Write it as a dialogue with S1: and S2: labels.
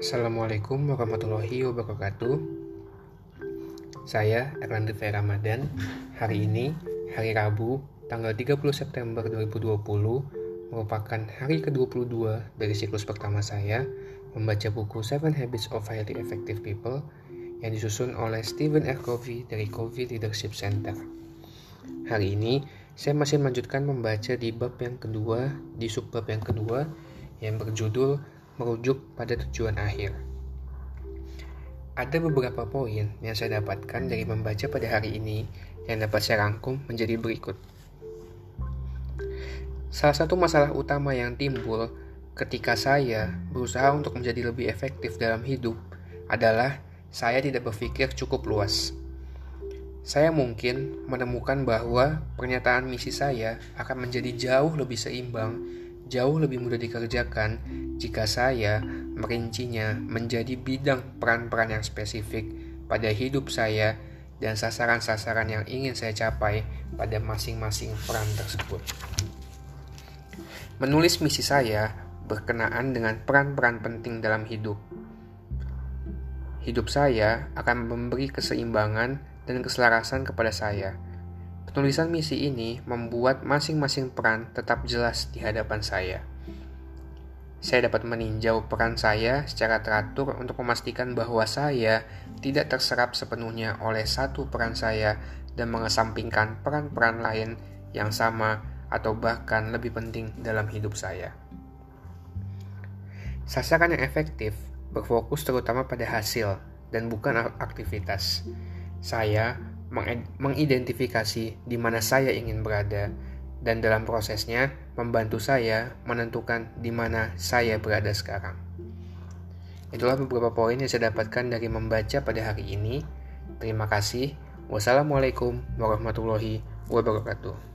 S1: Assalamualaikum warahmatullahi wabarakatuh. Saya Erlandi Fai Ramadan. Hari ini, hari Rabu, tanggal 30 September 2020, merupakan hari ke-22 dari siklus pertama saya membaca buku 7 Habits of Highly Effective People yang disusun oleh Stephen R. Covey dari Covey Leadership Center. Hari ini, saya masih melanjutkan membaca di bab yang kedua, di subbab yang kedua, yang berjudul merujuk pada tujuan akhir. Ada beberapa poin yang saya dapatkan dari membaca pada hari ini yang dapat saya rangkum menjadi berikut. Salah satu masalah utama yang timbul ketika saya berusaha untuk menjadi lebih efektif dalam hidup adalah saya tidak berpikir cukup luas. Saya mungkin menemukan bahwa pernyataan misi saya akan menjadi jauh lebih seimbang, jauh lebih mudah dikerjakan jika saya merincinya menjadi bidang peran-peran yang spesifik pada hidup saya dan sasaran-sasaran yang ingin saya capai pada masing-masing peran tersebut. Menulis misi saya berkenaan dengan peran-peran penting dalam hidup. Hidup saya akan memberi keseimbangan dan keselarasan kepada saya. Penulisan misi ini membuat masing-masing peran tetap jelas di hadapan saya. Saya dapat meninjau peran saya secara teratur untuk memastikan bahwa saya tidak terserap sepenuhnya oleh satu peran saya dan mengesampingkan peran-peran lain yang sama atau bahkan lebih penting dalam hidup saya. Sasaran yang efektif berfokus terutama pada hasil dan bukan aktivitas. Saya mengidentifikasi di mana saya ingin berada dan dalam prosesnya membantu saya menentukan di mana saya berada sekarang. Itulah beberapa poin yang saya dapatkan dari membaca pada hari ini. Terima kasih. Wassalamualaikum warahmatullahi wabarakatuh.